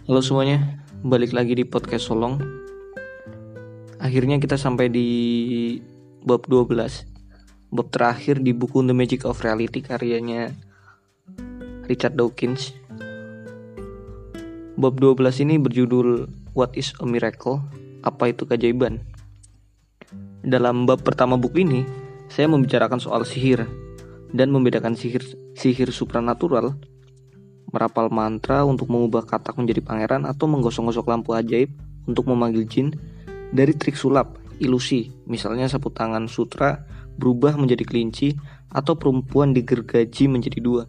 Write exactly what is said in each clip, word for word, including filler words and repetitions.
Halo semuanya, balik lagi di podcast Solong. Akhirnya kita sampai di bab dua belas, bab terakhir di buku The Magic of Reality karyanya Richard Dawkins. Bab dua belas ini berjudul What is a Miracle? Apa itu keajaiban? Dalam bab pertama buku ini, saya membicarakan soal sihir dan membedakan sihir sihir supranatural, merapal mantra untuk mengubah katak menjadi pangeran, atau menggosok-gosok lampu ajaib untuk memanggil jin, dari trik sulap, ilusi, misalnya sapu tangan sutra berubah menjadi kelinci, atau perempuan digergaji menjadi dua.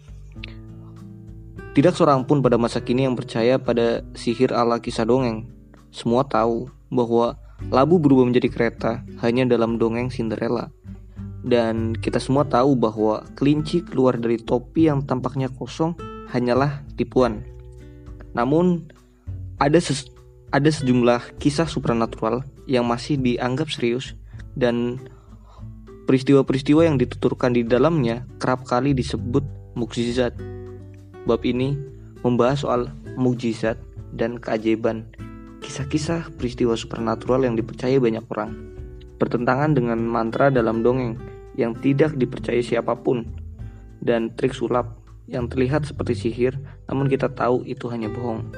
Tidak seorang pun pada masa kini yang percaya pada sihir ala kisah dongeng. Semua tahu bahwa labu berubah menjadi kereta hanya dalam dongeng Cinderella. Dan kita semua tahu bahwa kelinci keluar dari topi yang tampaknya kosong hanyalah tipuan. Namun ada ses- ada sejumlah kisah supranatural yang masih dianggap serius, dan peristiwa-peristiwa yang dituturkan di dalamnya kerap kali disebut mukjizat. Bab ini membahas soal mukjizat dan keajaiban, kisah-kisah peristiwa supranatural yang dipercaya banyak orang, bertentangan dengan mantra dalam dongeng yang tidak dipercaya siapapun, dan trik sulap yang terlihat seperti sihir, namun kita tahu itu hanya bohong.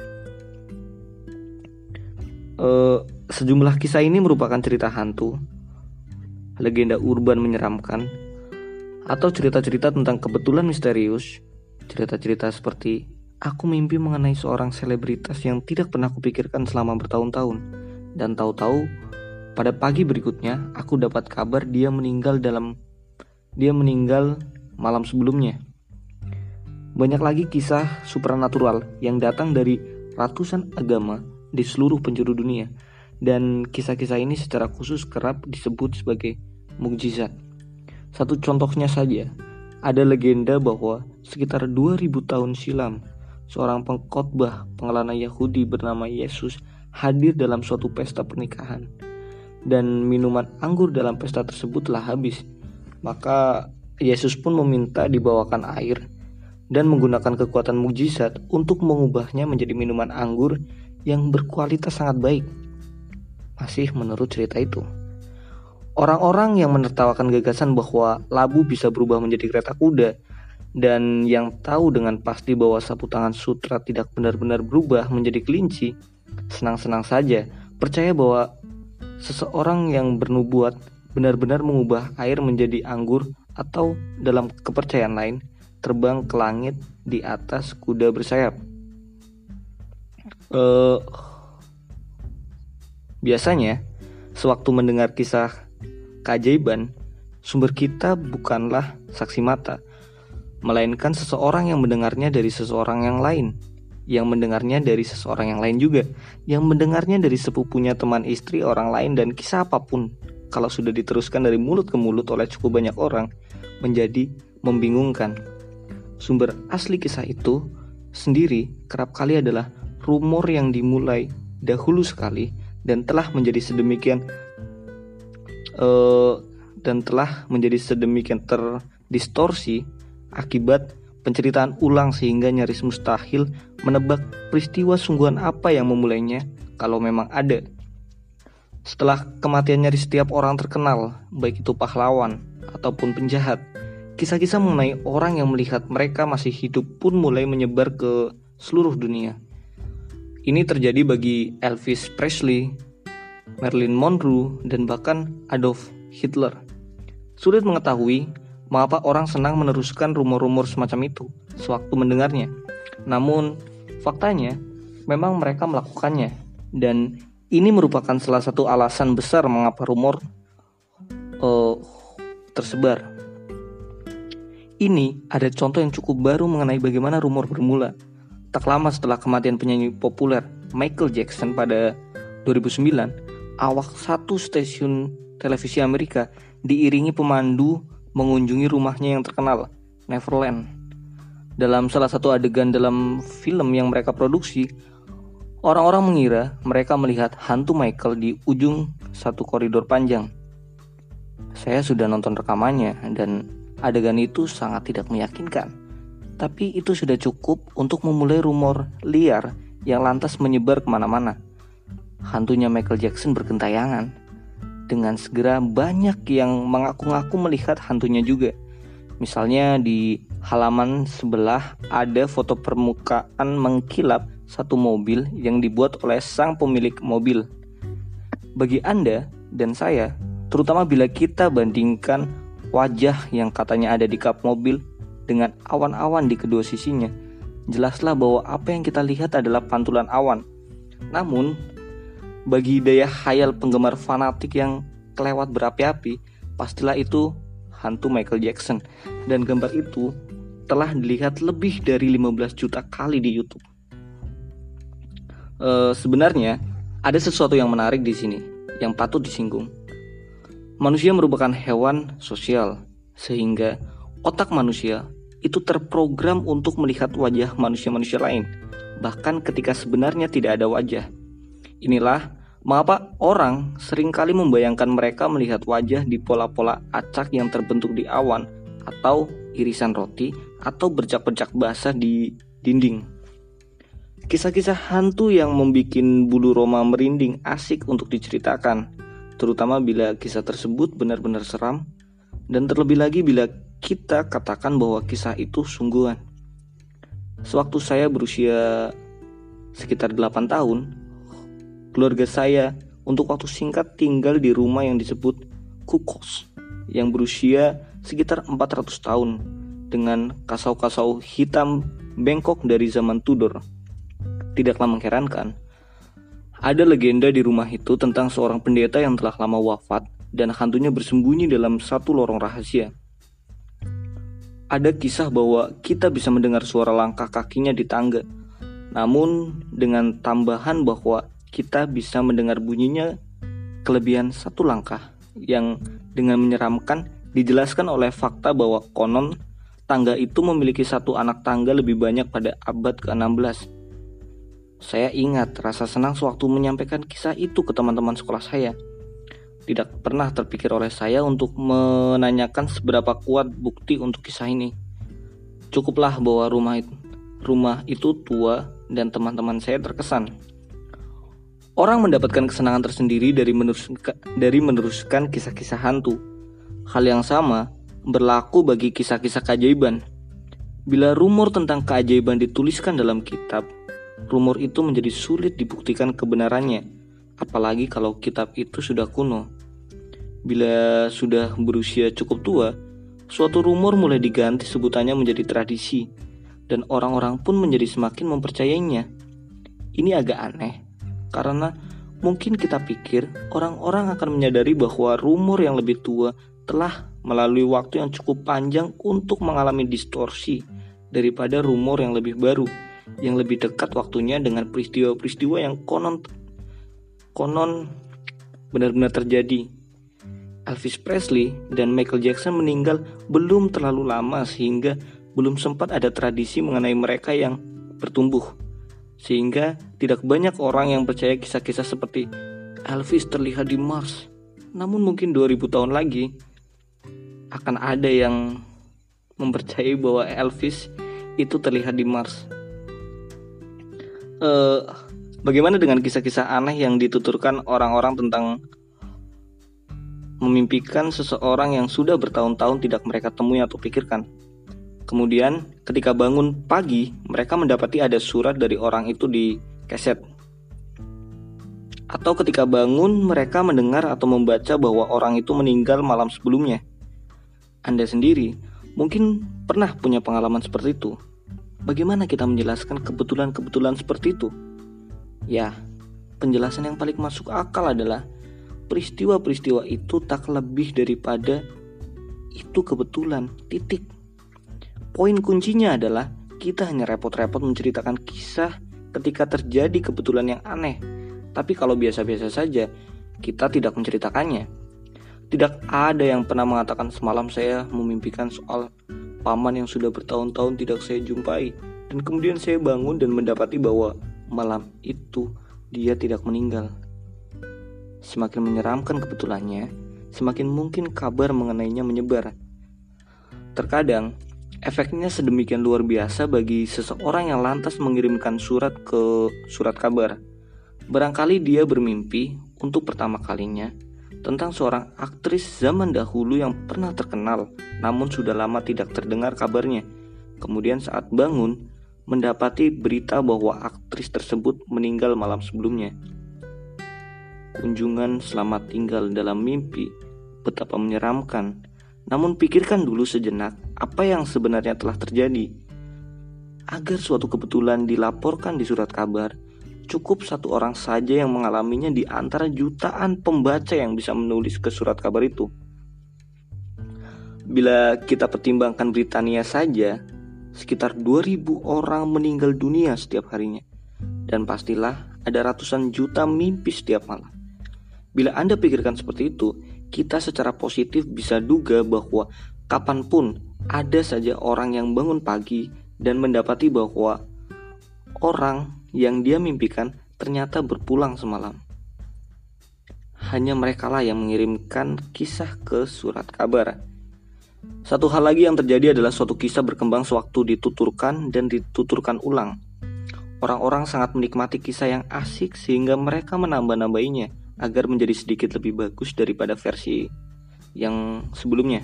E, sejumlah kisah ini merupakan cerita hantu, legenda urban menyeramkan, atau cerita-cerita tentang kebetulan misterius. Cerita-cerita seperti, aku mimpi mengenai seorang selebritas yang tidak pernah kupikirkan selama bertahun-tahun, dan tahu-tahu pada pagi berikutnya aku dapat kabar dia meninggal dalam dia meninggal malam sebelumnya. Banyak lagi kisah supranatural yang datang dari ratusan agama di seluruh penjuru dunia, dan kisah-kisah ini secara khusus kerap disebut sebagai mukjizat. Satu contohnya saja, ada legenda bahwa sekitar dua ribu tahun silam, seorang pengkhotbah pengelana Yahudi bernama Yesus hadir dalam suatu pesta pernikahan, dan minuman anggur dalam pesta tersebut telah habis. Maka Yesus pun meminta dibawakan air dan menggunakan kekuatan mukjizat untuk mengubahnya menjadi minuman anggur yang berkualitas sangat baik. Masih menurut cerita itu, orang-orang yang menertawakan gagasan bahwa labu bisa berubah menjadi kereta kuda, dan yang tahu dengan pasti bahwa sapu tangan sutra tidak benar-benar berubah menjadi kelinci, senang-senang saja percaya bahwa seseorang yang bernubuat benar-benar mengubah air menjadi anggur, atau dalam kepercayaan lain, terbang ke langit di atas kuda bersayap. Uh, biasanya, sewaktu mendengar kisah keajaiban, sumber kita bukanlah saksi mata, melainkan seseorang yang mendengarnya dari seseorang yang lain, yang mendengarnya dari seseorang yang lain juga, yang mendengarnya dari sepupunya, teman, istri, orang lain, dan kisah apapun, kalau sudah diteruskan dari mulut ke mulut oleh cukup banyak orang, menjadi membingungkan. Sumber asli kisah itu sendiri kerap kali adalah rumor yang dimulai dahulu sekali dan telah menjadi sedemikian uh, dan telah menjadi sedemikian terdistorsi akibat penceritaan ulang sehingga nyaris mustahil menebak peristiwa sungguhan apa yang memulainya, kalau memang ada. Setelah kematian nyaris setiap orang terkenal, baik itu pahlawan ataupun penjahat, kisah-kisah mengenai orang yang melihat mereka masih hidup pun mulai menyebar ke seluruh dunia. Ini terjadi bagi Elvis Presley, Marilyn Monroe, dan bahkan Adolf Hitler. Sulit mengetahui mengapa orang senang meneruskan rumor-rumor semacam itu sewaktu mendengarnya. Namun, faktanya memang mereka melakukannya, dan ini merupakan salah satu alasan besar mengapa rumor uh, tersebar. Ini ada contoh yang cukup baru mengenai bagaimana rumor bermula. Tak lama setelah kematian penyanyi populer Michael Jackson pada dua ribu sembilan, awak satu stasiun televisi Amerika diiringi pemandu mengunjungi rumahnya yang terkenal, Neverland. Dalam salah satu adegan dalam film yang mereka produksi, orang-orang mengira mereka melihat hantu Michael di ujung satu koridor panjang. Saya sudah nonton rekamannya, dan adegan itu sangat tidak meyakinkan. Tapi itu sudah cukup untuk memulai rumor liar yang lantas menyebar kemana-mana. Hantunya Michael Jackson bergentayangan. Dengan segera banyak yang mengaku-ngaku melihat hantunya juga. Misalnya di halaman sebelah ada foto permukaan mengkilap satu mobil yang dibuat oleh sang pemilik mobil. Bagi Anda dan saya, terutama bila kita bandingkan wajah yang katanya ada di kap mobil dengan awan-awan di kedua sisinya, jelaslah bahwa apa yang kita lihat adalah pantulan awan. Namun, bagi daya khayal penggemar fanatik yang kelewat berapi-api, pastilah itu hantu Michael Jackson. Dan gambar itu telah dilihat lebih dari lima belas juta kali di YouTube. E, sebenarnya ada sesuatu yang menarik di sini yang patut disinggung. Manusia merupakan hewan sosial, sehingga otak manusia itu terprogram untuk melihat wajah manusia-manusia lain, bahkan ketika sebenarnya tidak ada wajah. Inilah mengapa orang seringkali membayangkan mereka melihat wajah di pola-pola acak yang terbentuk di awan, atau irisan roti, atau bercak-bercak basah di dinding. Kisah-kisah hantu yang membuat bulu roma merinding asik untuk diceritakan, terutama bila kisah tersebut benar-benar seram, dan terlebih lagi bila kita katakan bahwa kisah itu sungguhan. Sewaktu saya berusia sekitar delapan tahun, keluarga saya untuk waktu singkat tinggal di rumah yang disebut kukos, yang berusia sekitar empat ratus tahun, dengan kasau-kasau hitam bengkok dari zaman Tudor. Tidaklah mengherankan, ada legenda di rumah itu tentang seorang pendeta yang telah lama wafat dan hantunya bersembunyi dalam satu lorong rahasia. Ada kisah bahwa kita bisa mendengar suara langkah kakinya di tangga, namun dengan tambahan bahwa kita bisa mendengar bunyinya kelebihan satu langkah, yang dengan menyeramkan dijelaskan oleh fakta bahwa konon tangga itu memiliki satu anak tangga lebih banyak pada abad ke enam belas. Saya ingat rasa senang sewaktu menyampaikan kisah itu ke teman-teman sekolah saya. Tidak pernah terpikir oleh saya untuk menanyakan seberapa kuat bukti untuk kisah ini. Cukuplah bahwa rumah itu, rumah itu tua dan teman-teman saya terkesan. Orang mendapatkan kesenangan tersendiri dari meneruskan, dari meneruskan kisah-kisah hantu. Hal yang sama berlaku bagi kisah-kisah keajaiban. Bila rumor tentang keajaiban dituliskan dalam kitab, rumor itu menjadi sulit dibuktikan kebenarannya, apalagi kalau kitab itu sudah kuno. Bila sudah berusia cukup tua, suatu rumor mulai diganti sebutannya menjadi tradisi, dan orang-orang pun menjadi semakin mempercayainya. Ini agak aneh, karena mungkin kita pikir orang-orang akan menyadari bahwa rumor yang lebih tua telah melalui waktu yang cukup panjang untuk mengalami distorsi daripada rumor yang lebih baru, yang lebih dekat waktunya dengan peristiwa-peristiwa yang konon konon benar-benar terjadi. Elvis Presley dan Michael Jackson meninggal belum terlalu lama, sehingga belum sempat ada tradisi mengenai mereka yang bertumbuh, sehingga tidak banyak orang yang percaya kisah-kisah seperti Elvis terlihat di Mars. Namun mungkin dua ribu tahun lagi akan ada yang mempercayai bahwa Elvis itu terlihat di Mars. Uh, bagaimana dengan kisah-kisah aneh yang dituturkan orang-orang tentang memimpikan seseorang yang sudah bertahun-tahun tidak mereka temui atau pikirkan? Kemudian ketika bangun pagi, mereka mendapati ada surat dari orang itu di keset. Atau ketika bangun, mereka mendengar atau membaca bahwa orang itu meninggal malam sebelumnya. Anda sendiri mungkin pernah punya pengalaman seperti itu. Bagaimana kita menjelaskan kebetulan-kebetulan seperti itu? Ya, penjelasan yang paling masuk akal adalah peristiwa-peristiwa itu tak lebih daripada itu kebetulan, titik. Poin kuncinya adalah kita hanya repot-repot menceritakan kisah ketika terjadi kebetulan yang aneh. Tapi kalau biasa-biasa saja, kita tidak menceritakannya. Tidak ada yang pernah mengatakan semalam saya memimpikan soal paman yang sudah bertahun-tahun tidak saya jumpai, dan kemudian saya bangun dan mendapati bahwa malam itu dia tidak meninggal. Semakin menyeramkan kebetulannya, semakin mungkin kabar mengenainya menyebar. Terkadang Efeknya sedemikian luar biasa bagi seseorang yang lantas mengirimkan surat ke surat kabar. Barangkali dia bermimpi untuk pertama kalinya tentang seorang aktris zaman dahulu yang pernah terkenal, namun sudah lama tidak terdengar kabarnya. Kemudian saat bangun, mendapati berita bahwa aktris tersebut meninggal malam sebelumnya. Kunjungan selamat tinggal dalam mimpi, betapa menyeramkan. Namun pikirkan dulu sejenak apa yang sebenarnya telah terjadi. Agar suatu kebetulan dilaporkan di surat kabar, cukup satu orang saja yang mengalaminya di antara jutaan pembaca yang bisa menulis ke surat kabar itu. Bila kita pertimbangkan Britania saja, sekitar dua ribu orang meninggal dunia setiap harinya. Dan pastilah ada ratusan juta mimpi setiap malam. Bila Anda pikirkan seperti itu, kita secara positif bisa duga bahwa kapanpun ada saja orang yang bangun pagi dan mendapati bahwa orang yang dia mimpikan ternyata berpulang semalam. Hanya merekalah yang mengirimkan kisah ke surat kabar. Satu hal lagi yang terjadi adalah suatu kisah berkembang sewaktu dituturkan dan dituturkan ulang. Orang-orang sangat menikmati kisah yang asik sehingga mereka menambah-nambahinya agar menjadi sedikit lebih bagus daripada versi yang sebelumnya.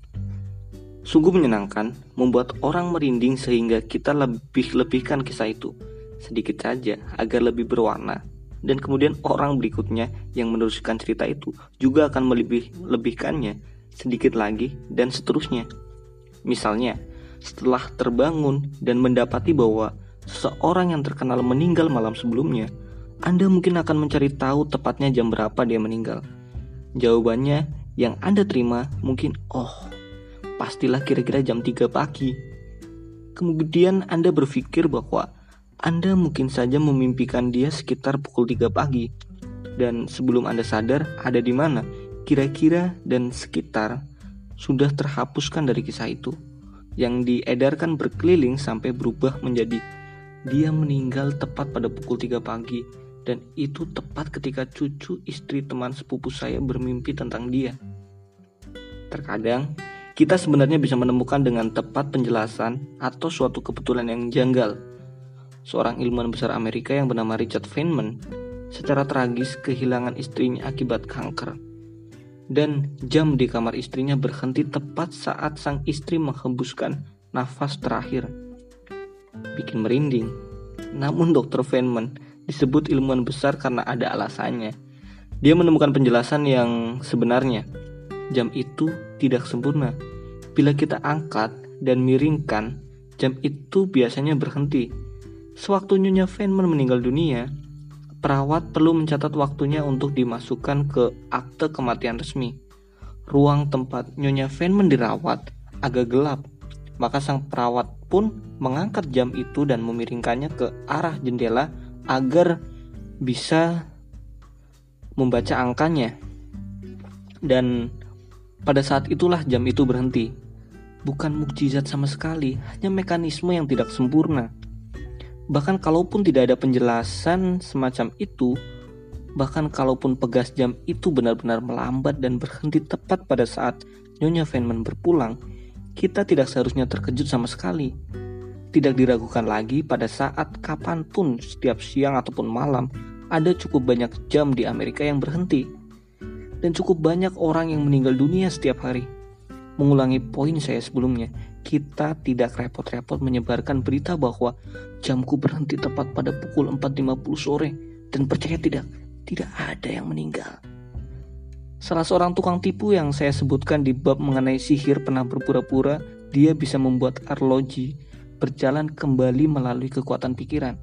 Sungguh menyenangkan, membuat orang merinding sehingga kita lebih-lebihkan kisah itu sedikit saja agar lebih berwarna. Dan kemudian orang berikutnya yang meneruskan cerita itu juga akan melebih-lebihkannya sedikit lagi dan seterusnya. Misalnya, setelah terbangun dan mendapati bahwa seseorang yang terkenal meninggal malam sebelumnya, Anda mungkin akan mencari tahu tepatnya jam berapa dia meninggal. Jawabannya yang Anda terima mungkin, oh, pastilah kira-kira jam tiga pagi. Kemudian Anda berpikir bahwa Anda mungkin saja memimpikan dia sekitar pukul tiga pagi. Dan sebelum Anda sadar ada di mana, kira-kira dan sekitar sudah terhapuskan dari kisah itu, yang diedarkan berkeliling sampai berubah menjadi dia meninggal tepat pada pukul tiga pagi. Dan itu tepat ketika cucu istri teman sepupu saya bermimpi tentang dia. Terkadang kita sebenarnya bisa menemukan dengan tepat penjelasan atau suatu kebetulan yang janggal. Seorang ilmuwan besar Amerika yang bernama Richard Feynman secara tragis kehilangan istrinya akibat kanker. Dan jam di kamar istrinya berhenti tepat saat sang istri menghembuskan nafas terakhir. Bikin merinding. Namun dokter Feynman disebut ilmuwan besar karena ada alasannya. Dia menemukan penjelasan yang sebenarnya. Jam itu tidak sempurna. Bila kita angkat dan miringkan, jam itu biasanya berhenti. Sewaktu Nyonya Feynman meninggal dunia, perawat perlu mencatat waktunya untuk dimasukkan ke akte kematian resmi. Ruang tempat Nyonya Feynman dirawat agak gelap, maka sang perawat pun mengangkat jam itu dan memiringkannya ke arah jendela agar bisa membaca angkanya. Dan pada saat itulah jam itu berhenti. Bukan mukjizat sama sekali, hanya mekanisme yang tidak sempurna. Bahkan kalaupun tidak ada penjelasan semacam itu, bahkan kalaupun pegas jam itu benar-benar melambat dan berhenti tepat pada saat Nyonya Feynman berpulang, kita tidak seharusnya terkejut sama sekali. Tidak diragukan lagi pada saat kapanpun, setiap siang ataupun malam, ada cukup banyak jam di Amerika yang berhenti. Dan cukup banyak orang yang meninggal dunia setiap hari. Mengulangi poin saya sebelumnya, kita tidak repot-repot menyebarkan berita bahwa jamku berhenti tepat pada pukul empat lima puluh sore. Dan percaya tidak, tidak ada yang meninggal. Salah seorang tukang tipu yang saya sebutkan di bab mengenai sihir pernah berpura-pura dia bisa membuat arloji berjalan kembali melalui kekuatan pikiran.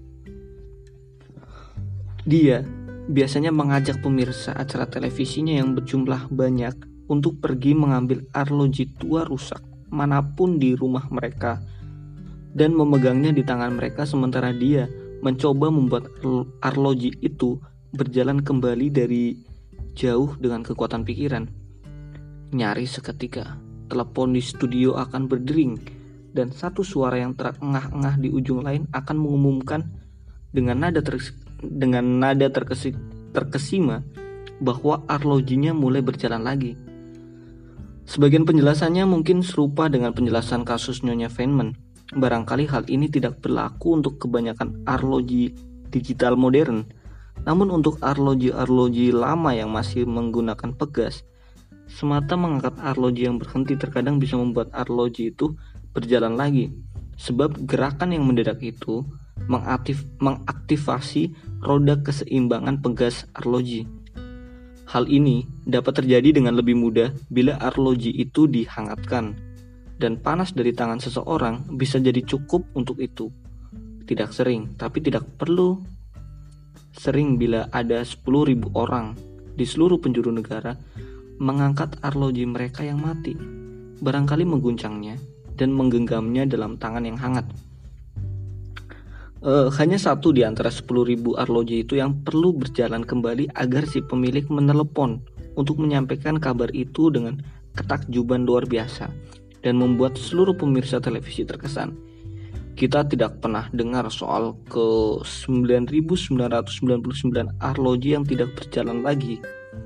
Dia biasanya mengajak pemirsa acara televisinya yang berjumlah banyak untuk pergi mengambil arloji tua rusak manapun di rumah mereka dan memegangnya di tangan mereka sementara dia mencoba membuat arloji itu berjalan kembali dari jauh dengan kekuatan pikiran. Nyaris seketika, telepon di studio akan berdering dan satu suara yang terengah-engah di ujung lain akan mengumumkan dengan nada ter, dengan nada terkesi, terkesima bahwa arlojinya mulai berjalan lagi. Sebagian penjelasannya mungkin serupa dengan penjelasan kasus Nyonya Feynman. Barangkali hal ini tidak berlaku untuk kebanyakan arloji digital modern. Namun untuk arloji-arloji lama yang masih menggunakan pegas, semata mengangkat arloji yang berhenti terkadang bisa membuat arloji itu berjalan lagi. Sebab gerakan yang mendadak itu mengaktif, mengaktifasi roda keseimbangan pegas arloji. Hal ini dapat terjadi dengan lebih mudah bila arloji itu dihangatkan, dan panas dari tangan seseorang bisa jadi cukup untuk itu. Tidak sering, tapi tidak perlu sering bila ada sepuluh ribu orang di seluruh penjuru negara mengangkat arloji mereka yang mati, barangkali mengguncangnya dan menggenggamnya dalam tangan yang hangat. Uh, hanya satu di antara sepuluh ribu arloji itu yang perlu berjalan kembali agar si pemilik menelepon untuk menyampaikan kabar itu dengan ketakjuban luar biasa dan membuat seluruh pemirsa televisi terkesan. Kita tidak pernah dengar soal ke sembilan ribu sembilan ratus sembilan puluh sembilan arloji yang tidak berjalan lagi.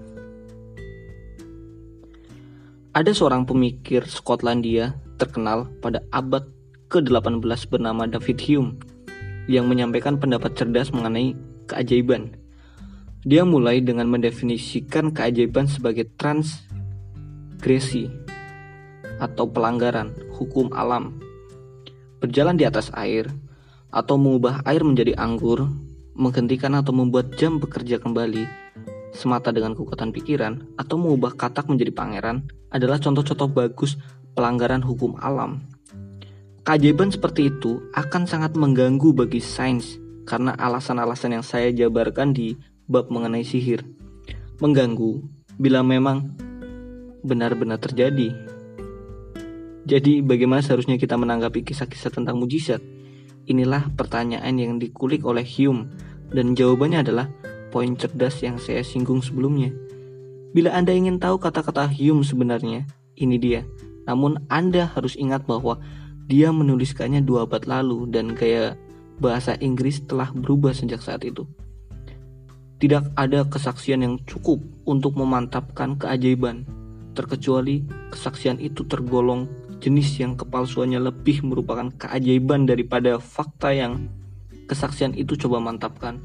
Ada seorang pemikir Skotlandia terkenal pada abad ke delapan belas bernama David Hume yang menyampaikan pendapat cerdas mengenai keajaiban. Dia mulai dengan mendefinisikan keajaiban sebagai transgresi atau pelanggaran hukum alam, berjalan di atas air, atau mengubah air menjadi anggur, menghentikan atau membuat jam bekerja kembali semata dengan kekuatan pikiran, atau mengubah katak menjadi pangeran adalah contoh-contoh bagus pelanggaran hukum alam. Keajaiban seperti itu akan sangat mengganggu bagi sains karena alasan-alasan yang saya jabarkan di bab mengenai sihir. Mengganggu bila memang benar-benar terjadi. Jadi bagaimana seharusnya kita menanggapi kisah-kisah tentang mujizat? Inilah pertanyaan yang dikulik oleh Hume, dan jawabannya adalah poin cerdas yang saya singgung sebelumnya. Bila Anda ingin tahu kata-kata Hume sebenarnya, ini dia. Namun Anda harus ingat bahwa dia menuliskannya dua abad lalu dan gaya bahasa Inggris telah berubah sejak saat itu. Tidak ada kesaksian yang cukup untuk memantapkan keajaiban, terkecuali kesaksian itu tergolong jenis yang kepalsuannya lebih merupakan keajaiban daripada fakta yang kesaksian itu coba mantapkan.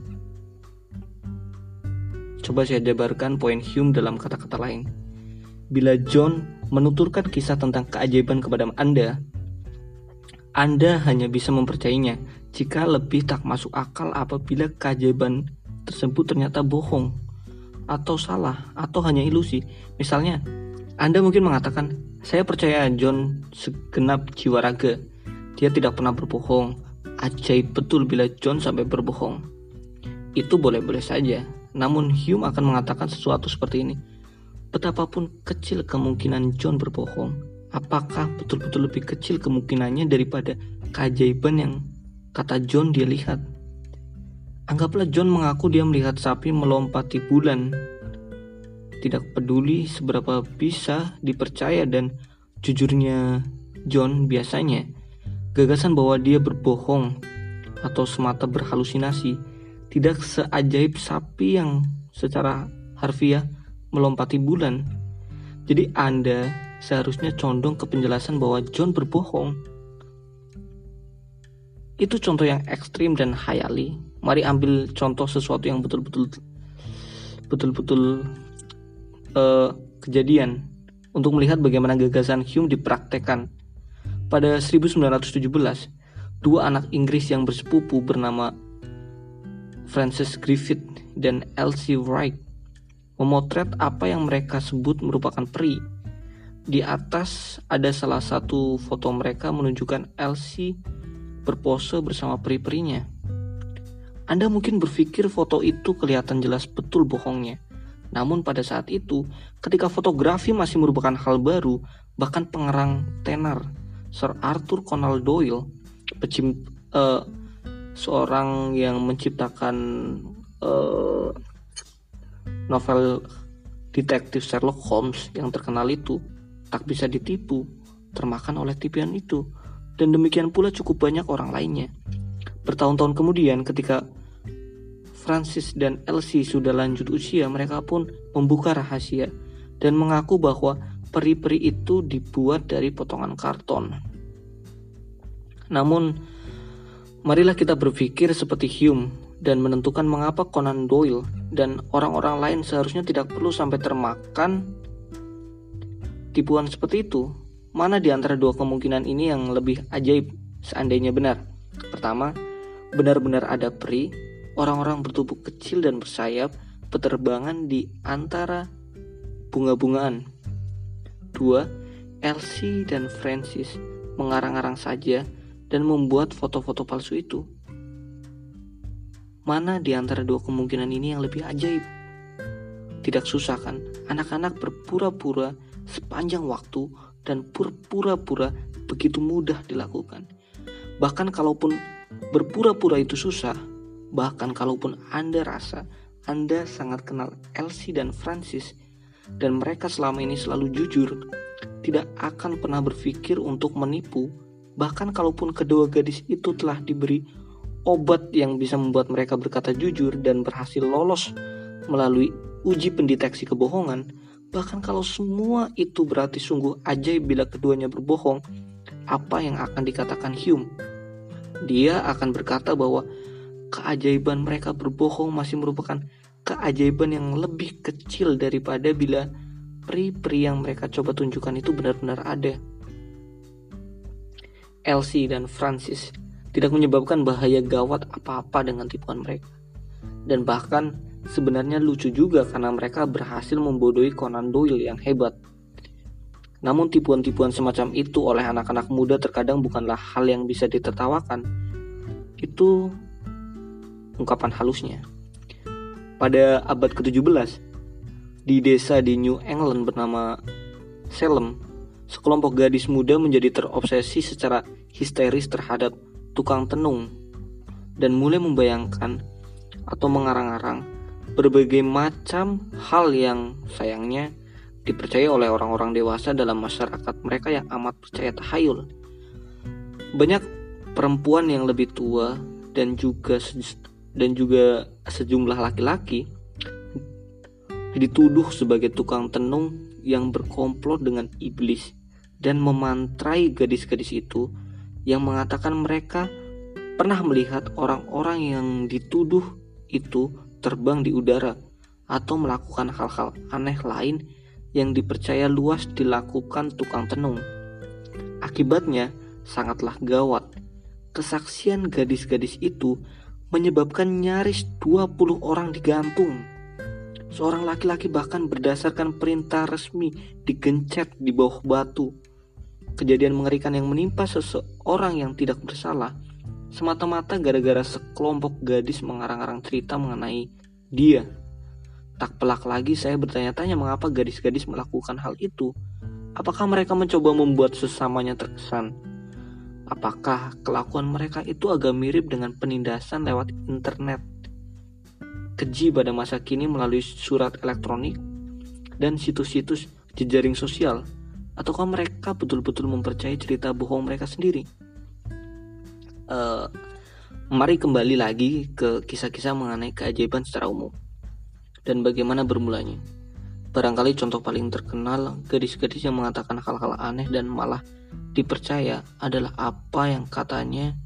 Coba saya jabarkan poin Hume dalam kata-kata lain. Bila John menuturkan kisah tentang keajaiban kepada Anda, Anda hanya bisa mempercayainya jika lebih tak masuk akal apabila keajaiban tersebut ternyata bohong, atau salah, atau hanya ilusi. Misalnya, Anda mungkin mengatakan, saya percaya John segenap jiwa raga. Dia tidak pernah berbohong. Ajaib betul bila John sampai berbohong. Itu boleh-boleh saja. Namun Hume akan mengatakan sesuatu seperti ini. Betapapun kecil kemungkinan John berbohong, apakah betul-betul lebih kecil kemungkinannya daripada keajaiban yang kata John dia lihat? Anggaplah John mengaku dia melihat sapi melompati bulan. Tidak peduli seberapa bisa dipercaya dan jujurnya John biasanya, gagasan bahwa dia berbohong atau semata berhalusinasi tidak seajaib sapi yang secara harfiah melompati bulan. Jadi Anda seharusnya condong ke penjelasan bahwa John berbohong. Itu contoh yang ekstrim dan khayali. Mari ambil contoh sesuatu yang betul-betul betul-betul uh, kejadian untuk melihat bagaimana gagasan Hume dipraktekkan. Pada seribu sembilan ratus tujuh belas, dua anak Inggris yang bersepupu bernama Francis Griffith dan Elsie Wright memotret apa yang mereka sebut merupakan peri. Di atas ada salah satu foto mereka menunjukkan Elsie berpose bersama peri-perinya. Anda mungkin berpikir foto itu kelihatan jelas betul bohongnya. Namun pada saat itu, ketika fotografi masih merupakan hal baru, bahkan pengarang tenar Sir Arthur Conan Doyle, pecim, uh, seorang yang menciptakan uh, novel detektif Sherlock Holmes yang terkenal itu, tak bisa ditipu, termakan oleh tipuan itu. Dan demikian pula cukup banyak orang lainnya. Bertahun-tahun kemudian ketika Francis dan Elsie sudah lanjut usia, mereka pun membuka rahasia dan mengaku bahwa peri-peri itu dibuat dari potongan karton. Namun, marilah kita berpikir seperti Hume dan menentukan mengapa Conan Doyle dan orang-orang lain seharusnya tidak perlu sampai termakan tipuan seperti itu. Mana di antara dua kemungkinan ini yang lebih ajaib seandainya benar? Pertama, benar-benar ada peri, orang-orang bertubuh kecil dan bersayap, berterbangan di antara bunga-bungaan. Dua, Elsie dan Francis mengarang-arang saja dan membuat foto-foto palsu itu. Mana di antara dua kemungkinan ini yang lebih ajaib? Tidak susah kan? Anak-anak berpura-pura sepanjang waktu dan pura-pura begitu mudah dilakukan. Bahkan kalaupun berpura-pura itu susah, bahkan kalaupun Anda rasa Anda sangat kenal Elsie dan Francis dan mereka selama ini selalu jujur, tidak akan pernah berpikir untuk menipu. Bahkan kalaupun kedua gadis itu telah diberi obat yang bisa membuat mereka berkata jujur dan berhasil lolos melalui uji pendeteksi kebohongan, bahkan kalau semua itu berarti sungguh ajaib bila keduanya berbohong, apa yang akan dikatakan Hume? Dia akan berkata bahwa keajaiban mereka berbohong masih merupakan keajaiban yang lebih kecil daripada bila peri-peri yang mereka coba tunjukkan itu benar-benar ada. Elsie dan Francis tidak menyebabkan bahaya gawat apa-apa dengan tipuan mereka. Dan bahkan sebenarnya lucu juga karena mereka berhasil membodohi Conan Doyle yang hebat. Namun tipuan-tipuan semacam itu oleh anak-anak muda terkadang bukanlah hal yang bisa ditertawakan. Itu ungkapan halusnya. Pada abad ketujuh belas, di desa di New England bernama Salem, sekelompok gadis muda menjadi terobsesi secara histeris terhadap tukang tenung dan mulai membayangkan atau mengarang-arang berbagai macam hal yang sayangnya dipercaya oleh orang-orang dewasa dalam masyarakat mereka yang amat percaya tahayul. Banyak perempuan yang lebih tua dan juga dan juga sejumlah laki-laki dituduh sebagai tukang tenung yang berkomplot dengan iblis dan memantrai gadis-gadis itu yang mengatakan mereka pernah melihat orang-orang yang dituduh itu terbang di udara atau melakukan hal-hal aneh lain yang dipercaya luas dilakukan tukang tenung. Akibatnya sangatlah gawat. Kesaksian gadis-gadis itu menyebabkan nyaris dua puluh orang digantung. Seorang laki-laki bahkan berdasarkan perintah resmi digencet di bawah batu. Kejadian mengerikan yang menimpa seseorang yang tidak bersalah semata-mata gara-gara sekelompok gadis mengarang-arang cerita mengenai dia. Tak pelak lagi saya bertanya-tanya mengapa gadis-gadis melakukan hal itu. Apakah mereka mencoba membuat sesamanya terkesan? Apakah kelakuan mereka itu agak mirip dengan penindasan lewat internet? Keji pada masa kini melalui surat elektronik dan situs-situs jejaring sosial? Ataukah mereka betul-betul mempercayai cerita bohong mereka sendiri? Uh, mari kembali lagi ke kisah-kisah mengenai keajaiban secara umum dan bagaimana bermulanya. Barangkali contoh paling terkenal gadis-gadis yang mengatakan hal-hal aneh dan malah dipercaya adalah apa yang katanya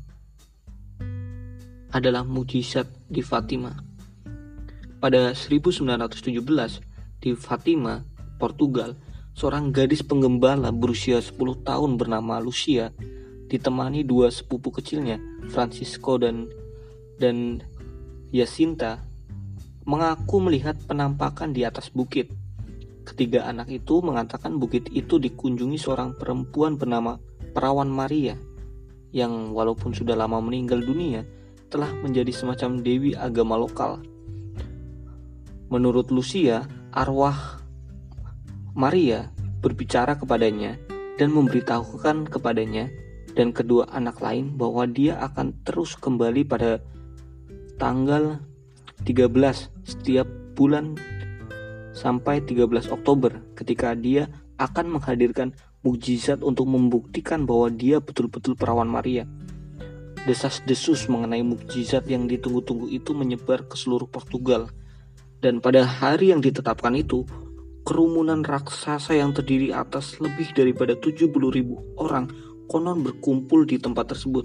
adalah mukjizat di Fatima. Pada seribu sembilan ratus tujuh belas di Fatima, Portugal, seorang gadis penggembala berusia sepuluh tahun bernama Lucia ditemani dua sepupu kecilnya, Francisco dan dan Jacinta, mengaku melihat penampakan di atas bukit. Ketiga anak itu mengatakan bukit itu dikunjungi seorang perempuan bernama Perawan Maria yang walaupun sudah lama meninggal dunia telah menjadi semacam dewi agama lokal. Menurut Lucia, arwah Maria berbicara kepadanya dan memberitahukan kepadanya dan kedua anak lain bahwa dia akan terus kembali pada tanggal tiga belas setiap bulan sampai tiga belas Oktober ketika dia akan menghadirkan mukjizat untuk membuktikan bahwa dia betul-betul perawan Maria. Desas-desus mengenai mukjizat yang ditunggu-tunggu itu menyebar ke seluruh Portugal. Dan pada hari yang ditetapkan itu, kerumunan raksasa yang terdiri atas lebih daripada tujuh puluh ribu orang konon berkumpul di tempat tersebut.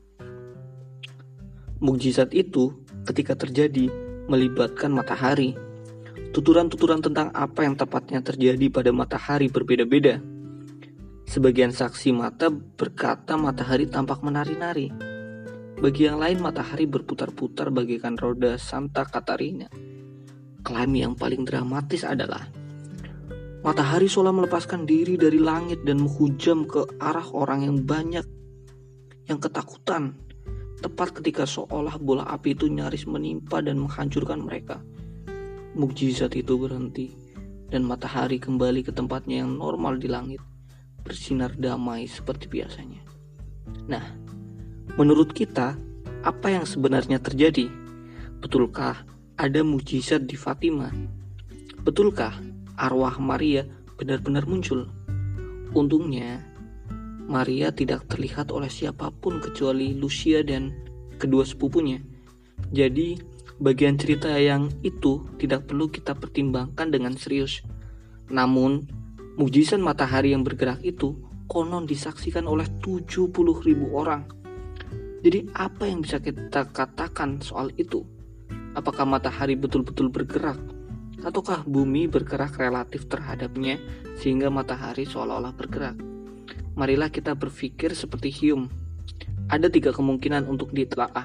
Mukjizat itu ketika terjadi melibatkan matahari. Tuturan-tuturan tentang apa yang tepatnya terjadi pada matahari berbeda-beda. Sebagian saksi mata berkata matahari tampak menari-nari. Bagi yang lain matahari berputar-putar bagaikan roda Santa Catarina. Klaim yang paling dramatis adalah matahari seolah melepaskan diri dari langit dan menghujam ke arah orang yang banyak yang ketakutan, tepat ketika seolah bola api itu nyaris menimpa dan menghancurkan mereka. Mukjizat itu berhenti dan matahari kembali ke tempatnya yang normal di langit, bersinar damai seperti biasanya. Nah, menurut kita, apa yang sebenarnya terjadi? Betulkah ada mukjizat di Fatima? Betulkah arwah Maria benar-benar muncul? Untungnya, Maria tidak terlihat oleh siapapun kecuali Lucia dan kedua sepupunya. Jadi, bagian cerita yang itu tidak perlu kita pertimbangkan dengan serius. Namun, mukjizat matahari yang bergerak itu konon disaksikan oleh tujuh puluh ribu orang. Jadi apa yang bisa kita katakan soal itu? Apakah matahari betul-betul bergerak? Ataukah bumi bergerak relatif terhadapnya sehingga matahari seolah-olah bergerak? Marilah kita berpikir seperti Hume. Ada tiga kemungkinan untuk ditelaah.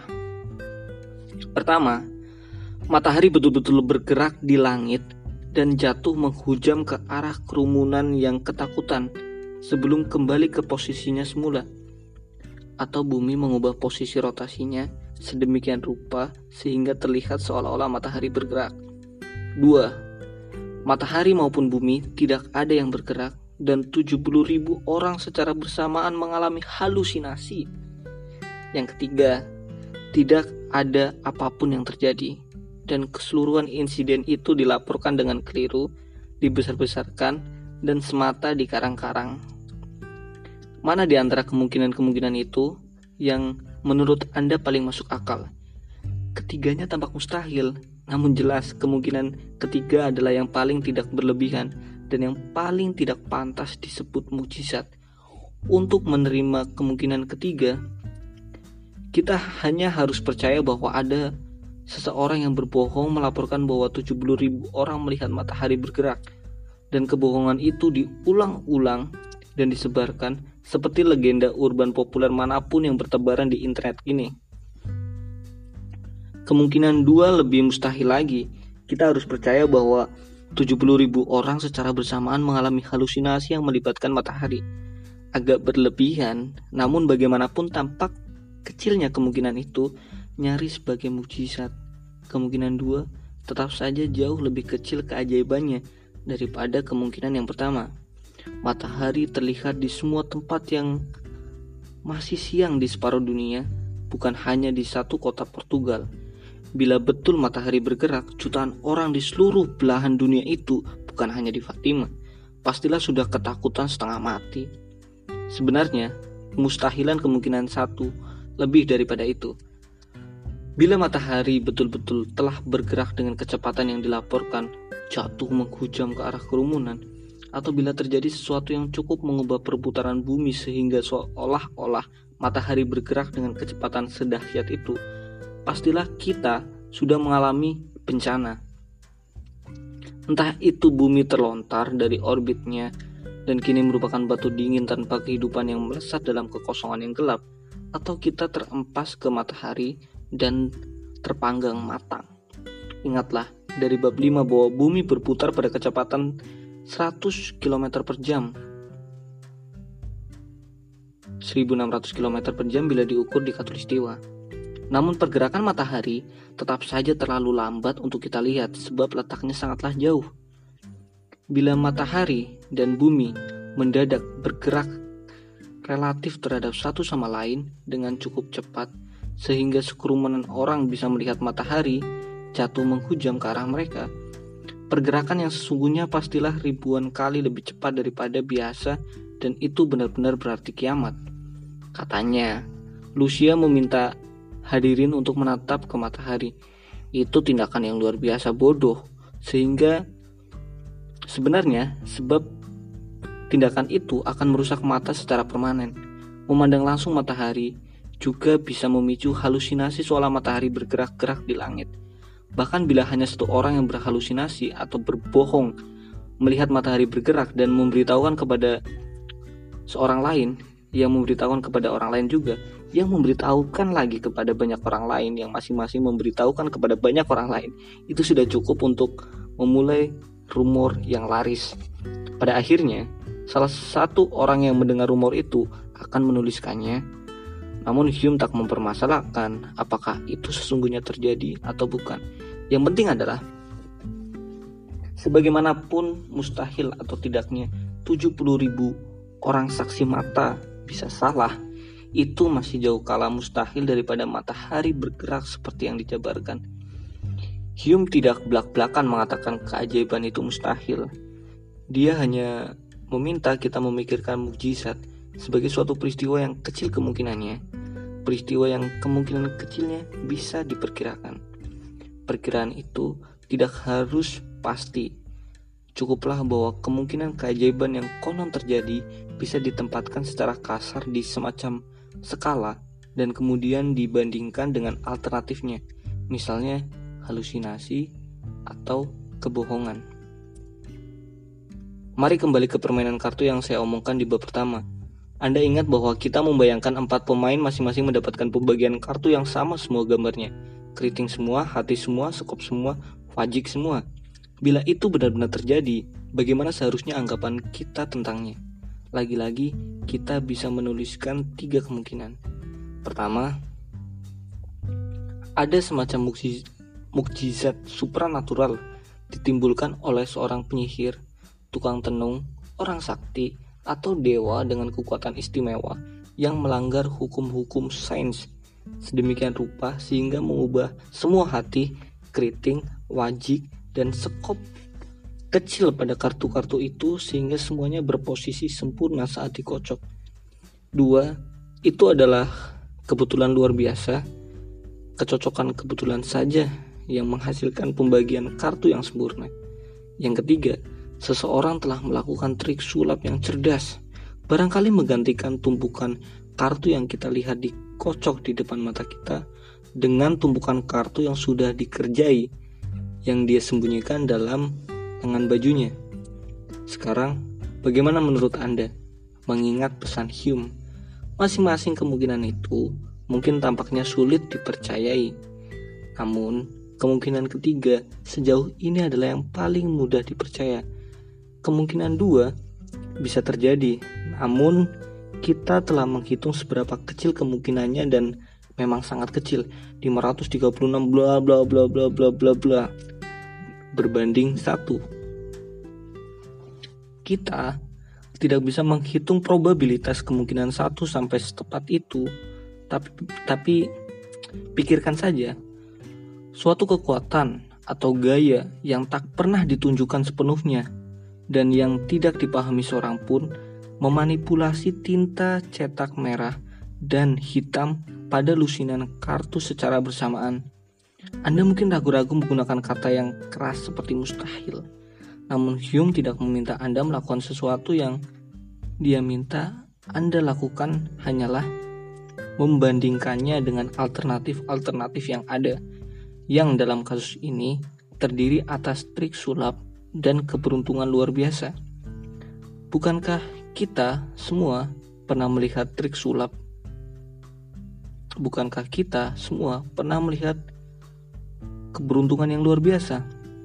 Pertama, matahari betul-betul bergerak di langit dan jatuh menghujam ke arah kerumunan yang ketakutan sebelum kembali ke posisinya semula. Atau bumi mengubah posisi rotasinya sedemikian rupa sehingga terlihat seolah-olah matahari bergerak. Dua, matahari maupun bumi tidak ada yang bergerak dan tujuh puluh ribu orang secara bersamaan mengalami halusinasi. Yang ketiga, tidak ada apapun yang terjadi dan keseluruhan insiden itu dilaporkan dengan keliru, dibesar-besarkan, dan semata dikarang-karang. Mana di antara kemungkinan-kemungkinan itu yang menurut Anda paling masuk akal? Ketiganya tampak mustahil, namun jelas kemungkinan ketiga adalah yang paling tidak berlebihan dan yang paling tidak pantas disebut mukjizat. Untuk menerima kemungkinan ketiga, kita hanya harus percaya bahwa ada seseorang yang berbohong melaporkan bahwa tujuh puluh ribu orang melihat matahari bergerak, dan kebohongan itu diulang-ulang dan disebarkan seperti legenda urban populer manapun yang bertebaran di internet ini. Kemungkinan dua lebih mustahil lagi. Kita harus percaya bahwa tujuh puluh ribu orang secara bersamaan mengalami halusinasi yang melibatkan matahari. Agak berlebihan, namun bagaimanapun tampak kecilnya kemungkinan itu nyaris sebagai mukjizat. Kemungkinan dua tetap saja jauh lebih kecil keajaibannya daripada kemungkinan yang pertama. Matahari terlihat di semua tempat yang masih siang di separuh dunia, bukan hanya di satu kota Portugal. Bila betul matahari bergerak, jutaan orang di seluruh belahan dunia itu, bukan hanya di Fatima, pastilah sudah ketakutan setengah mati. Sebenarnya, mustahilan kemungkinan satu lebih daripada itu. Bila matahari betul-betul telah bergerak dengan kecepatan yang dilaporkan, jatuh menghujam ke arah kerumunan, atau bila terjadi sesuatu yang cukup mengubah perputaran bumi sehingga seolah-olah matahari bergerak dengan kecepatan sedahsyat itu, pastilah kita sudah mengalami bencana. Entah itu bumi terlontar dari orbitnya dan kini merupakan batu dingin tanpa kehidupan yang melesat dalam kekosongan yang gelap, atau kita terempas ke matahari dan terpanggang matang. Ingatlah dari bab lima bahwa bumi berputar pada kecepatan seratus kilometer per jam, seribu enam ratus kilometer per jam bila diukur di khatulistiwa. Namun pergerakan matahari tetap saja terlalu lambat untuk kita lihat sebab letaknya sangatlah jauh. Bila matahari dan bumi mendadak bergerak relatif terhadap satu sama lain dengan cukup cepat sehingga sekerumunan orang bisa melihat matahari jatuh menghujam ke arah mereka, pergerakan yang sesungguhnya pastilah ribuan kali lebih cepat daripada biasa, dan itu benar-benar berarti kiamat. Katanya, Lucia meminta hadirin untuk menatap ke matahari. Itu tindakan yang luar biasa bodoh, sehingga Sebenarnya, sebab tindakan itu akan merusak mata secara permanen. Memandang langsung matahari juga bisa memicu halusinasi seolah matahari bergerak-gerak di langit. Bahkan bila hanya satu orang yang berhalusinasi atau berbohong melihat matahari bergerak dan memberitahukan kepada seorang lain, yang memberitahukan kepada orang lain juga, yang memberitahukan lagi kepada banyak orang lain, yang masing-masing memberitahukan kepada banyak orang lain, itu sudah cukup untuk memulai rumor yang laris. Pada akhirnya, salah satu orang yang mendengar rumor itu akan menuliskannya. Namun Hume tak mempermasalahkan apakah itu sesungguhnya terjadi atau bukan. Yang penting adalah sebagaimanapun mustahil atau tidaknya tujuh puluh ribu orang saksi mata bisa salah, itu masih jauh kalah mustahil daripada matahari bergerak seperti yang dijabarkan. Hume tidak belak-belakan mengatakan keajaiban itu mustahil. Dia hanya meminta kita memikirkan mukjizat sebagai suatu peristiwa yang kecil kemungkinannya, peristiwa yang kemungkinan kecilnya bisa diperkirakan. Perkiraan itu tidak harus pasti. Cukuplah bahwa kemungkinan keajaiban yang konon terjadi bisa ditempatkan secara kasar di semacam skala dan kemudian dibandingkan dengan alternatifnya, misalnya halusinasi atau kebohongan. Mari kembali ke permainan kartu yang saya omongkan di bab pertama. Anda ingat bahwa kita membayangkan empat pemain masing-masing mendapatkan pembagian kartu yang sama semua gambarnya. Keriting semua, hati semua, sekop semua, wajik semua. Bila itu benar-benar terjadi, bagaimana seharusnya anggapan kita tentangnya? Lagi-lagi, kita bisa menuliskan tiga kemungkinan. Pertama, ada semacam mukjiz- mukjizat supranatural ditimbulkan oleh seorang penyihir, tukang tenung, orang sakti, atau dewa dengan kekuatan istimewa yang melanggar hukum-hukum sains sedemikian rupa sehingga mengubah semua hati, keriting, wajik, dan sekop kecil pada kartu-kartu itu sehingga semuanya berposisi sempurna saat dikocok. Dua, itu adalah kebetulan luar biasa, kecocokan kebetulan saja yang menghasilkan pembagian kartu yang sempurna. Yang ketiga, seseorang telah melakukan trik sulap yang cerdas, barangkali menggantikan tumpukan kartu yang kita lihat dikocok di depan mata kita dengan tumpukan kartu yang sudah dikerjai, yang dia sembunyikan dalam lengan bajunya. Sekarang, bagaimana menurut Anda? Mengingat pesan Hume, masing-masing kemungkinan itu mungkin tampaknya sulit dipercayai. Namun, kemungkinan ketiga sejauh ini adalah yang paling mudah dipercaya. Kemungkinan dua bisa terjadi, namun kita telah menghitung seberapa kecil kemungkinannya dan memang sangat kecil, lima ratus tiga puluh enam bla bla bla bla bla bla bla berbanding satu. Kita tidak bisa menghitung probabilitas kemungkinan satu sampai setepat itu, tapi tapi pikirkan saja, suatu kekuatan atau gaya yang tak pernah ditunjukkan sepenuhnya dan yang tidak dipahami seorang pun memanipulasi tinta cetak merah dan hitam pada lusinan kartu secara bersamaan. Anda mungkin ragu-ragu menggunakan kata yang keras seperti mustahil. Namun Hume tidak meminta Anda melakukan sesuatu yang dia minta Anda lakukan hanyalah membandingkannya dengan alternatif-alternatif yang ada, yang dalam kasus ini terdiri atas trik sulap dan keberuntungan luar biasa. Bukankah kita semua pernah melihat trik sulap? Bukankah kita semua pernah melihat keberuntungan yang luar biasa?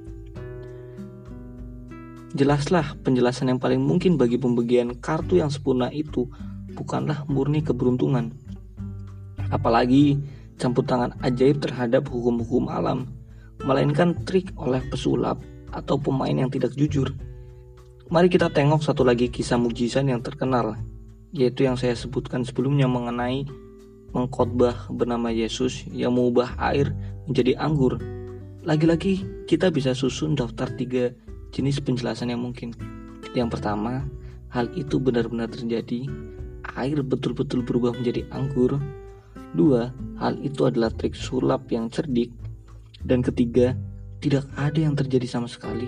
Jelaslah penjelasan yang paling mungkin bagi pembagian kartu yang sempurna itu bukanlah murni keberuntungan, apalagi campur tangan ajaib terhadap hukum-hukum alam, melainkan trik oleh pesulap atau pemain yang tidak jujur. Mari kita tengok satu lagi kisah mukjizat yang terkenal, yaitu yang saya sebutkan sebelumnya mengenai mengkhotbah bernama Yesus yang mengubah air menjadi anggur. Lagi-lagi kita bisa susun daftar tiga jenis penjelasan yang mungkin. Yang pertama, hal itu benar-benar terjadi, air betul-betul berubah menjadi anggur. Dua, hal itu adalah trik sulap yang cerdik. Dan ketiga, tidak ada yang terjadi sama sekali.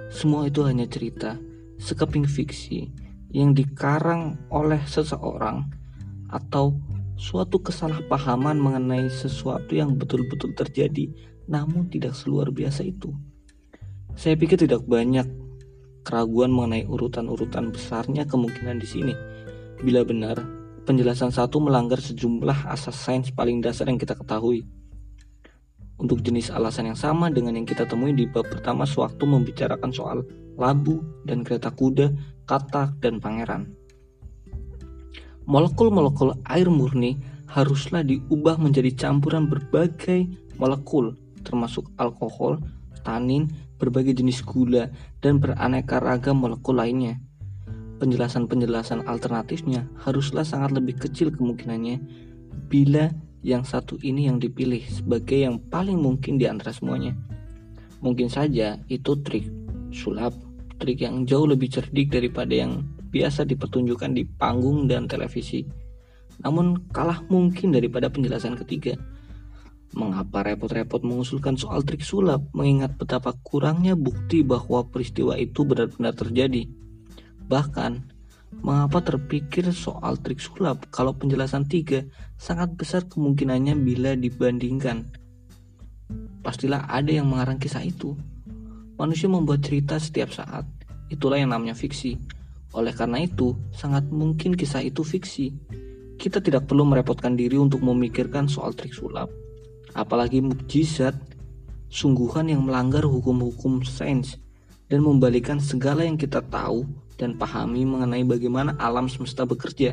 semua itu hanya cerita, sekeping fiksi yang dikarang oleh seseorang atau suatu kesalahpahaman mengenai sesuatu yang betul-betul terjadi namun tidak seluar biasa itu. Saya pikir tidak banyak keraguan mengenai urutan-urutan besarnya kemungkinan di sini. Bila benar, penjelasan satu melanggar sejumlah asas sains paling dasar yang kita ketahui. Untuk jenis alasan yang sama dengan yang kita temui di bab pertama sewaktu membicarakan soal labu dan kereta kuda, katak dan pangeran. Molekul-molekul air murni haruslah diubah menjadi campuran berbagai molekul, termasuk alkohol, tanin, berbagai jenis gula, dan beraneka ragam molekul lainnya. Penjelasan-penjelasan alternatifnya haruslah sangat lebih kecil kemungkinannya bila yang satu ini yang dipilih sebagai yang paling mungkin di antara semuanya. Mungkin saja itu trik sulap, trik yang jauh lebih cerdik daripada yang biasa dipertunjukkan di panggung dan televisi. Namun kalah mungkin daripada penjelasan ketiga. Mengapa repot-repot mengusulkan soal trik sulap, mengingat betapa kurangnya bukti bahwa peristiwa itu benar-benar terjadi? Bahkan, mengapa terpikir soal trik sulap kalau penjelasan tiga sangat besar kemungkinannya bila dibandingkan? Pastilah ada yang mengarang kisah itu. Manusia membuat cerita setiap saat, itulah yang namanya fiksi. Oleh karena itu, sangat mungkin kisah itu fiksi. Kita tidak perlu merepotkan diri untuk memikirkan soal trik sulap. Apalagi mukjizat, sungguhan yang melanggar hukum-hukum sains dan membalikan segala yang kita tahu dan pahami mengenai bagaimana alam semesta bekerja.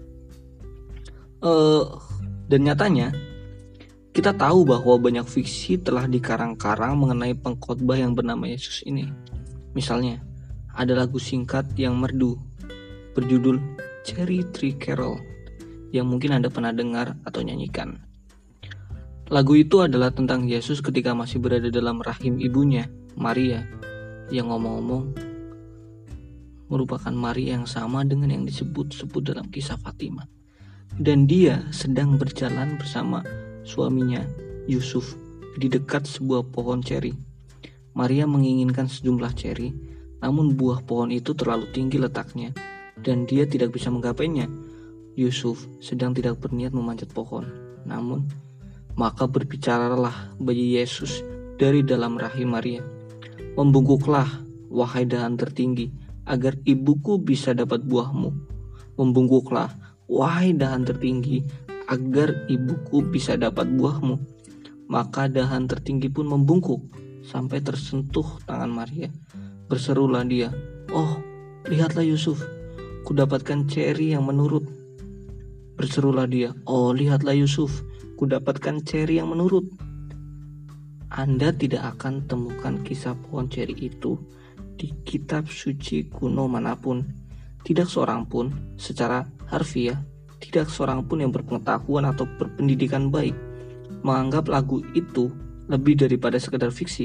Uh, dan nyatanya, kita tahu bahwa banyak fiksi telah dikarang-karang mengenai pengkhotbah yang bernama Yesus ini. Misalnya, ada lagu singkat yang merdu berjudul Cherry Tree Carol yang mungkin Anda pernah dengar atau nyanyikan. Lagu itu adalah tentang Yesus ketika masih berada dalam rahim ibunya, Maria, yang ngomong-ngomong merupakan Maria yang sama dengan yang disebut-sebut dalam kisah Fatima. Dan dia sedang berjalan bersama suaminya, Yusuf, di dekat sebuah pohon ceri. Maria menginginkan sejumlah ceri, namun buah pohon itu terlalu tinggi letaknya, dan dia tidak bisa menggapainya. Yusuf sedang tidak berniat memanjat pohon, namun maka berbicaralah bayi Yesus dari dalam rahim Maria. Membungkuklah, wahai dahan tertinggi, agar ibuku bisa dapat buahmu. Membungkuklah, wahai dahan tertinggi, agar ibuku bisa dapat buahmu. Maka dahan tertinggi pun membungkuk sampai tersentuh tangan Maria. Berserulah dia, oh, lihatlah Yusuf, kudapatkan ceri yang menurut. Berserulah dia, oh, lihatlah Yusuf, kudapatkan ceri yang menurut. Anda tidak akan temukan kisah pohon ceri itu di kitab suci kuno manapun. Tidak seorang pun secara harfiah, tidak seorang pun yang berpengetahuan atau berpendidikan baik menganggap lagu itu lebih daripada sekedar fiksi.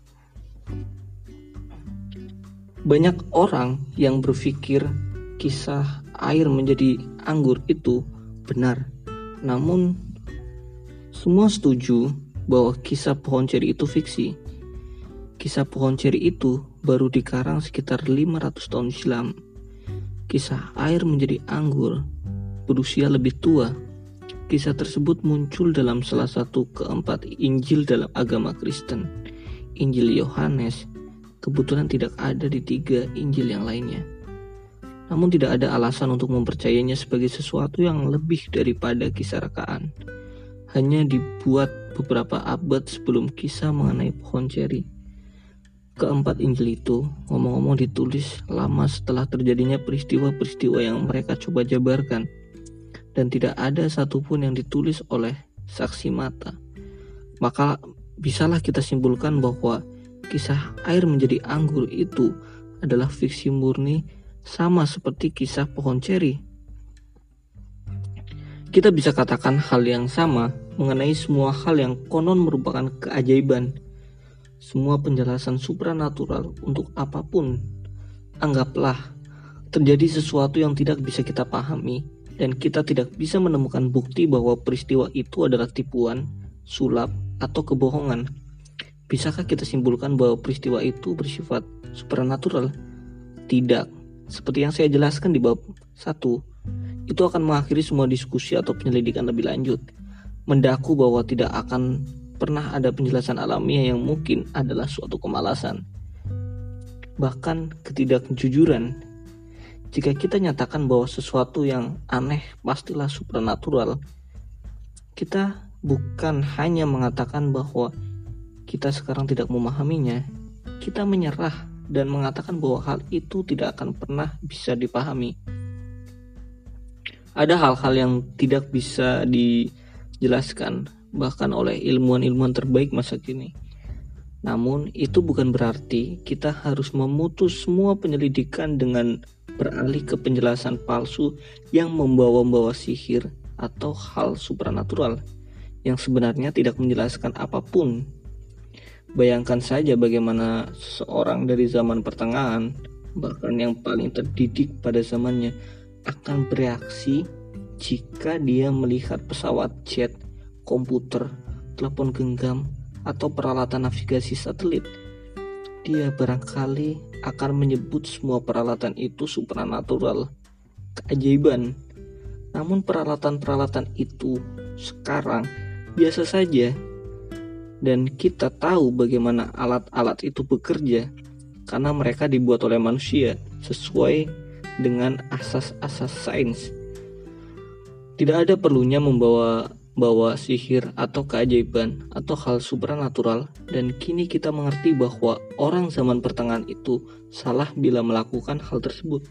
Banyak orang yang berpikir kisah air menjadi anggur itu benar, namun semua setuju bahwa kisah pohon ceri itu fiksi. Kisah pohon ceri itu baru dikarang sekitar lima ratus tahun silam. Kisah air menjadi anggur berusia lebih tua. Kisah tersebut muncul dalam salah satu keempat Injil dalam agama Kristen, Injil Yohanes. Kebetulan tidak ada di tiga Injil yang lainnya. Namun tidak ada alasan untuk mempercayainya sebagai sesuatu yang lebih daripada kisah rekaan. Hanya dibuat beberapa abad sebelum kisah mengenai pohon ceri. Keempat Injil itu ngomong-ngomong ditulis lama setelah terjadinya peristiwa-peristiwa yang mereka coba jabarkan, dan tidak ada satupun yang ditulis oleh saksi mata. Maka bisalah kita simpulkan bahwa kisah air menjadi anggur itu adalah fiksi murni, sama seperti kisah pohon ceri. Kita bisa katakan hal yang sama mengenai semua hal yang konon merupakan keajaiban. Semua penjelasan supranatural untuk apapun, anggaplah terjadi sesuatu yang tidak bisa kita pahami, dan kita tidak bisa menemukan bukti bahwa peristiwa itu adalah tipuan, sulap, atau kebohongan. Bisakah kita simpulkan bahwa peristiwa itu bersifat supranatural? Tidak. Seperti yang saya jelaskan di bab satu, itu akan mengakhiri semua diskusi atau penyelidikan lebih lanjut. Mendaku bahwa tidak akan pernah ada penjelasan alamiah yang mungkin adalah suatu kemalasan, bahkan ketidakjujuran. Jika kita nyatakan bahwa sesuatu yang aneh pastilah supranatural, kita bukan hanya mengatakan bahwa kita sekarang tidak memahaminya, kita menyerah dan mengatakan bahwa hal itu tidak akan pernah bisa dipahami. Ada hal-hal yang tidak bisa dijelaskan bahkan oleh ilmuwan-ilmuwan terbaik masa kini. Namun itu bukan berarti kita harus memutus semua penyelidikan dengan beralih ke penjelasan palsu yang membawa-bawa sihir atau hal supranatural yang sebenarnya tidak menjelaskan apapun. Bayangkan saja bagaimana seorang dari zaman pertengahan, bahkan yang paling terdidik pada zamannya, akan bereaksi jika dia melihat pesawat jet, komputer, telepon genggam, atau peralatan navigasi satelit. Dia barangkali akan menyebut semua peralatan itu supranatural, keajaiban. Namun peralatan-peralatan itu sekarang biasa saja. Dan kita tahu bagaimana alat-alat itu bekerja karena mereka dibuat oleh manusia sesuai dengan asas-asas sains. Tidak ada perlunya membawa bawa sihir atau keajaiban atau hal supranatural, dan kini kita mengerti bahwa orang zaman pertengahan itu salah bila melakukan hal tersebut.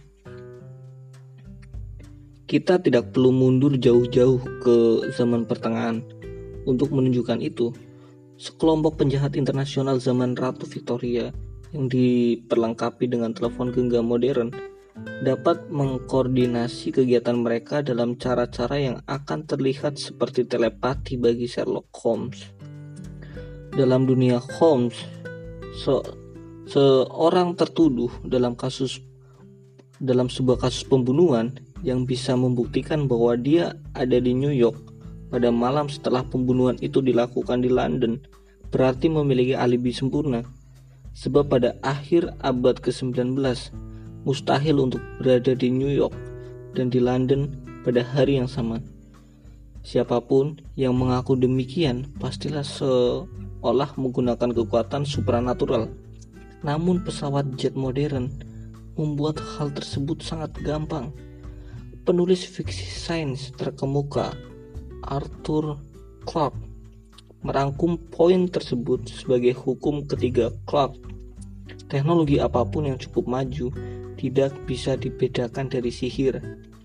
Kita tidak perlu mundur jauh-jauh ke zaman pertengahan untuk menunjukkan itu. Sekelompok penjahat internasional zaman Ratu Victoria yang diperlengkapi dengan telepon genggam modern dapat mengkoordinasi kegiatan mereka dalam cara-cara yang akan terlihat seperti telepati bagi Sherlock Holmes. Dalam dunia Holmes, se seorang tertuduh dalam kasus dalam sebuah kasus pembunuhan yang bisa membuktikan bahwa dia ada di New York pada malam setelah pembunuhan itu dilakukan di London berarti memiliki alibi sempurna. Sebab pada akhir abad kesembilan belas mustahil untuk berada di New York dan di London pada hari yang sama. Siapapun yang mengaku demikian pastilah seolah menggunakan kekuatan supranatural. Namun pesawat jet modern membuat hal tersebut sangat gampang. Penulis fiksi sains terkemuka Arthur Clarke merangkum poin tersebut sebagai hukum ketiga Clarke. Teknologi apapun yang cukup maju tidak bisa dibedakan dari sihir.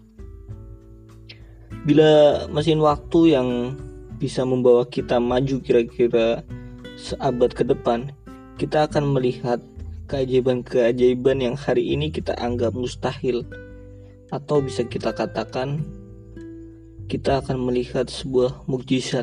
Bila mesin waktu yang bisa membawa kita maju kira-kira seabad ke depan, kita akan melihat keajaiban-keajaiban yang hari ini kita anggap mustahil. Atau bisa kita katakan kita akan melihat sebuah mukjizat.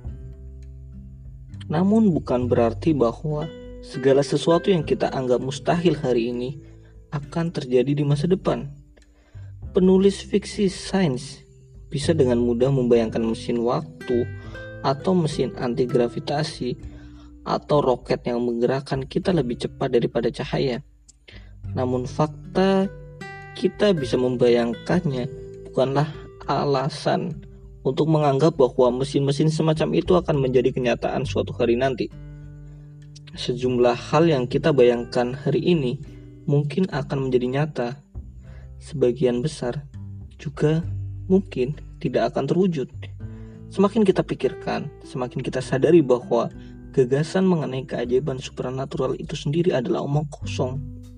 Namun bukan berarti bahwa segala sesuatu yang kita anggap mustahil hari ini akan terjadi di masa depan. Penulis fiksi sains bisa dengan mudah membayangkan mesin waktu atau mesin anti gravitasi atau roket yang menggerakkan kita lebih cepat daripada cahaya. Namun fakta kita bisa membayangkannya bukanlah alasan untuk menganggap bahwa mesin-mesin semacam itu akan menjadi kenyataan suatu hari nanti. Sejumlah hal yang kita bayangkan hari ini mungkin akan menjadi nyata. Sebagian besar juga mungkin tidak akan terwujud. Semakin kita pikirkan, semakin kita sadari bahwa gagasan mengenai keajaiban supranatural itu sendiri adalah omong kosong.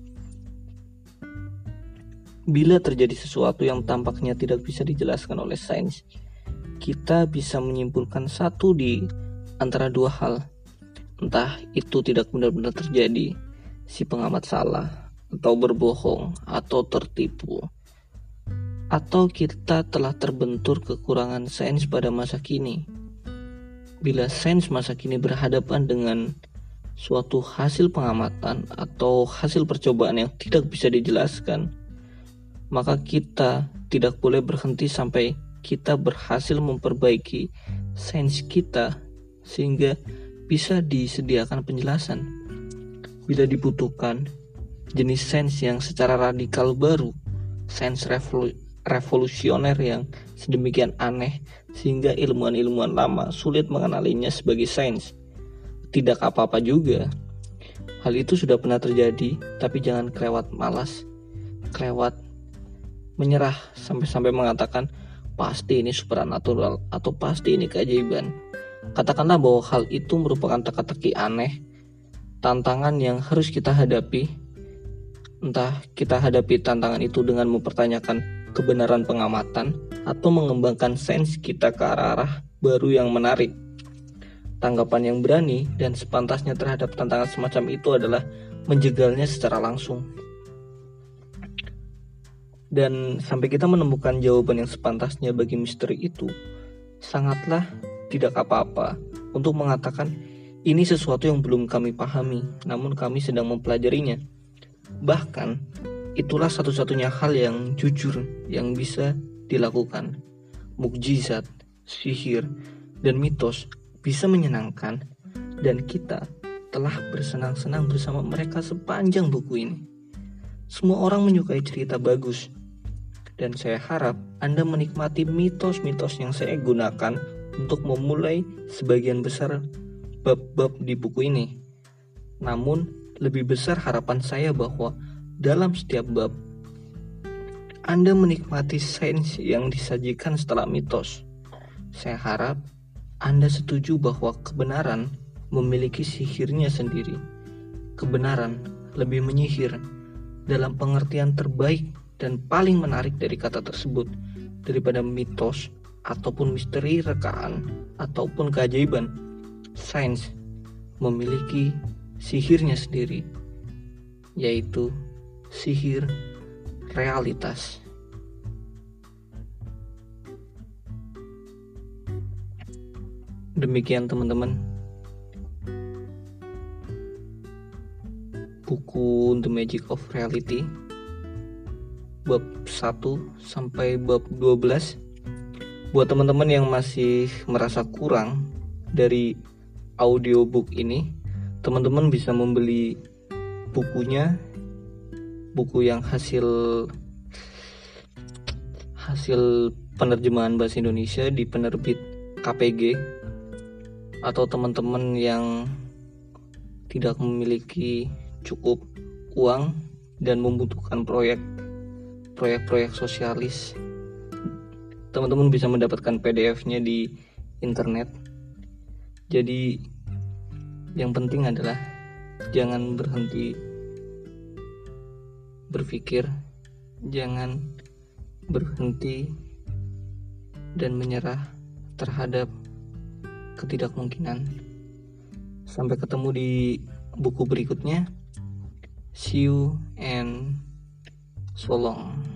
Bila terjadi sesuatu yang tampaknya tidak bisa dijelaskan oleh sains, kita bisa menyimpulkan satu di antara dua hal. Entah itu tidak benar-benar terjadi, si pengamat salah, atau berbohong, atau tertipu, atau kita telah terbentur kekurangan sains pada masa kini. Bila sains masa kini berhadapan dengan suatu hasil pengamatan atau hasil percobaan yang tidak bisa dijelaskan, maka kita tidak boleh berhenti sampai kita berhasil memperbaiki sains kita sehingga bisa disediakan penjelasan. Bila dibutuhkan jenis sains yang secara radikal baru, sains revolu- revolusioner yang sedemikian aneh sehingga ilmuwan-ilmuwan lama sulit mengenalinya sebagai sains, tidak apa-apa juga. Hal itu sudah pernah terjadi, tapi jangan kelewat malas, kelewat menyerah sampai-sampai mengatakan pasti ini supernatural atau pasti ini keajaiban. Katakanlah bahwa hal itu merupakan teka-teki aneh, tantangan yang harus kita hadapi. Entah kita hadapi tantangan itu dengan mempertanyakan kebenaran pengamatan atau mengembangkan sains kita ke arah-arah baru yang menarik. Tanggapan yang berani dan sepantasnya terhadap tantangan semacam itu adalah menjegalnya secara langsung. Dan sampai kita menemukan jawaban yang sepantasnya bagi misteri itu, sangatlah tidak apa-apa untuk mengatakan ini sesuatu yang belum kami pahami, namun kami sedang mempelajarinya. Bahkan, itulah satu-satunya hal yang jujur yang bisa dilakukan. Mukjizat, sihir, dan mitos bisa menyenangkan, dan kita telah bersenang-senang bersama mereka sepanjang buku ini. Semua orang menyukai cerita bagus, dan saya harap Anda menikmati mitos-mitos yang saya gunakan untuk memulai sebagian besar bab-bab di buku ini. Namun, lebih besar harapan saya bahwa dalam setiap bab, Anda menikmati sains yang disajikan setelah mitos. Saya harap Anda setuju bahwa kebenaran memiliki sihirnya sendiri. Kebenaran lebih menyihir dalam pengertian terbaik dan paling menarik dari kata tersebut daripada mitos ataupun misteri rekaan ataupun keajaiban. Sains memiliki sihirnya sendiri, yaitu sihir realitas. Demikian teman-teman, buku The Magic of Reality bab satu sampai bab dua belas. Buat teman-teman yang masih merasa kurang dari audiobook ini, teman-teman bisa membeli bukunya, buku yang hasil hasil penerjemahan bahasa Indonesia di penerbit K P G. Atau teman-teman yang tidak memiliki cukup uang dan membutuhkan proyek proyek-proyek sosialis, teman-teman bisa mendapatkan P D F-nya di internet. Jadi yang penting adalah jangan berhenti berpikir, jangan berhenti dan menyerah terhadap ketidakmungkinan. Sampai ketemu di buku berikutnya. See you and so long.